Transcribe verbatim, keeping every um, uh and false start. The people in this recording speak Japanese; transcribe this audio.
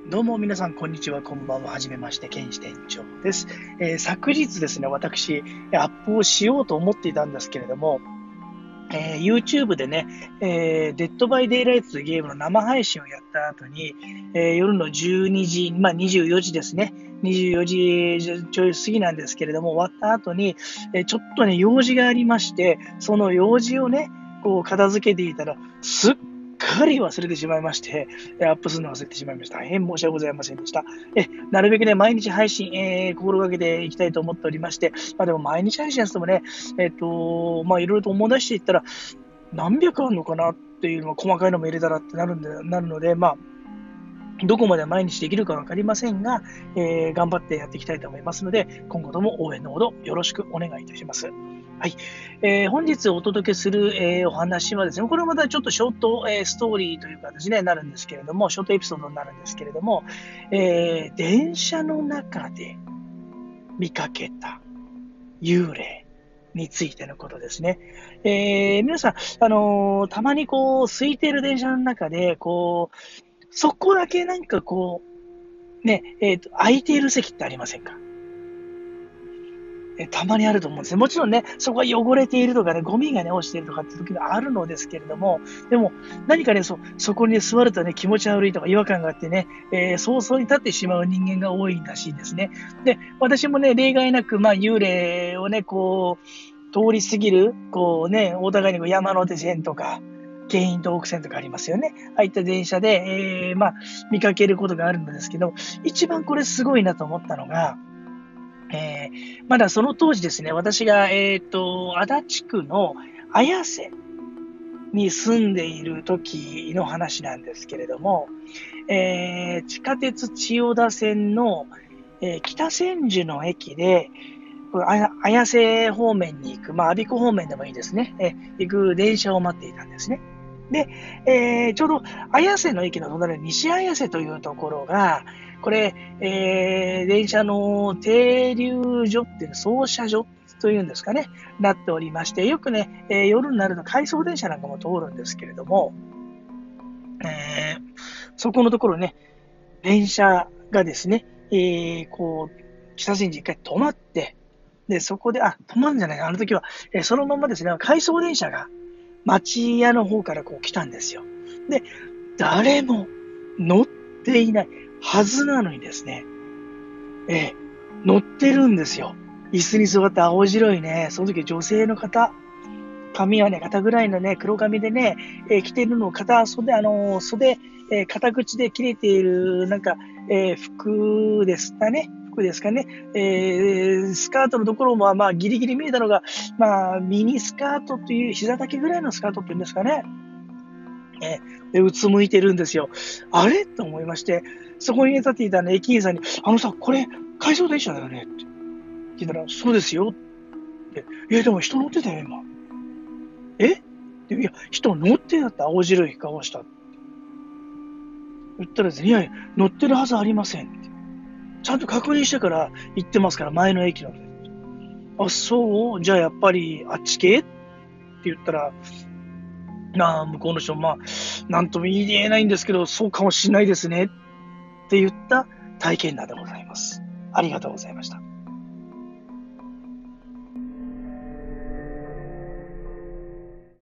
どうも皆さん、こんにちは、こんばんは。はじめまして、ケン支店長です。えー昨日ですね、私、アップをしようと思っていたんですけれども、えー YouTube でね、えーデッドバイデイライトというゲームの生配信をやった後に、えー夜のじゅうにじ、まあにじゅうよじですね、にじゅうよじちょい過ぎなんですけれども、終わった後に、えーちょっとね、用事がありまして、その用事をね、こう片付けていたら、すっかり忘れてしまいまして、えーアップするのを忘れてしまいました。大変申し訳ございませんでした。えなるべくね、毎日配信、えー心がけていきたいと思っておりまして、まあでも毎日配信やってもね、えっ、と、まあいろいろと思い出していったら、何百あるのかなっていうのは細かいのも入れたらってなるんで、なるので、まあ、どこまで毎日できるかわかりませんが、えー頑張ってやっていきたいと思いますので、今後とも応援のほどよろしくお願いいたします。はい。えー本日お届けする、えーお話はですね、これはまたちょっとショート、えーストーリーというかですね、なるんですけれども、ショートエピソードになるんですけれども、えー電車の中で見かけた幽霊についてのことですね。えー皆さん、あのーたまにこう、空いている電車の中で、こう、そこだけなんかこう、ね、えっ、と、空いている席ってありませんか？えたまにあると思うんですね。もちろんね、そこが汚れているとかね、ゴミがね、落ちているとかって時があるのですけれども、でも、何かね、そ、そこに、ね、座るとね、気持ち悪いとか違和感があってね、えー早々に立ってしまう人間が多いらしいんですね。で、私もね、例外なく、まあ、幽霊をね、こう、通り過ぎる、こうね、お互いにこう山手線とか、京浜東北線とかありますよね。ああいった電車で、えー、まあ、見かけることがあるんですけど、一番これすごいなと思ったのが、えーまだその当時ですね、私が、えっと、足立区の綾瀬に住んでいる時の話なんですけれども、えー地下鉄千代田線の、えー北千住の駅で、これあ綾瀬方面に行く、まあ、我孫子方面でもいいですね、えー行く電車を待っていたんですね。で、えーちょうど綾瀬の駅の隣の西綾瀬というところが、これ、えー電車の停留所っていうの、操車所というんですかね、なっておりまして、よくね、えー夜になると回送電車なんかも通るんですけれども、えーそこのところね、電車がですね、えーこう、北千住一回止まって、で、そこで、あ、止まるんじゃないか、あの時は、えーそのままですね、回送電車が町屋の方からこう来たんですよ。で、誰も乗っていないはずなのにですね、ええ、乗ってるんですよ。椅子に座って青白いね、その時女性の方、髪はね、肩ぐらいのね、黒髪でね、えー着てるのを肩袖、あのー袖、えー肩口で切れている、なんか、えー服ですかね。服ですかね。えースカートのところも、まあ、ギリギリ見えたのが、まあ、ミニスカートという、膝丈ぐらいのスカートっていうんですかね。えーで、うつむいてるんですよ。あれと思いまして、そこに立っていた、ね、駅員さんに、あのさ、これ、回送電車だよねって聞いたら、そうですよって。いや、でも人乗ってたよ、今。えいや、人乗ってだった、青白い顔した。言ったらですね、いやいや、乗ってるはずありませんって。ちゃんと確認してから行ってますから、前の駅の。あ、そうじゃあやっぱりあっち系って言ったら、なあ、向こうの人もまあ、なんとも言えないんですけど、そうかもしれないですねって言った体験談でございます。ありがとうございました。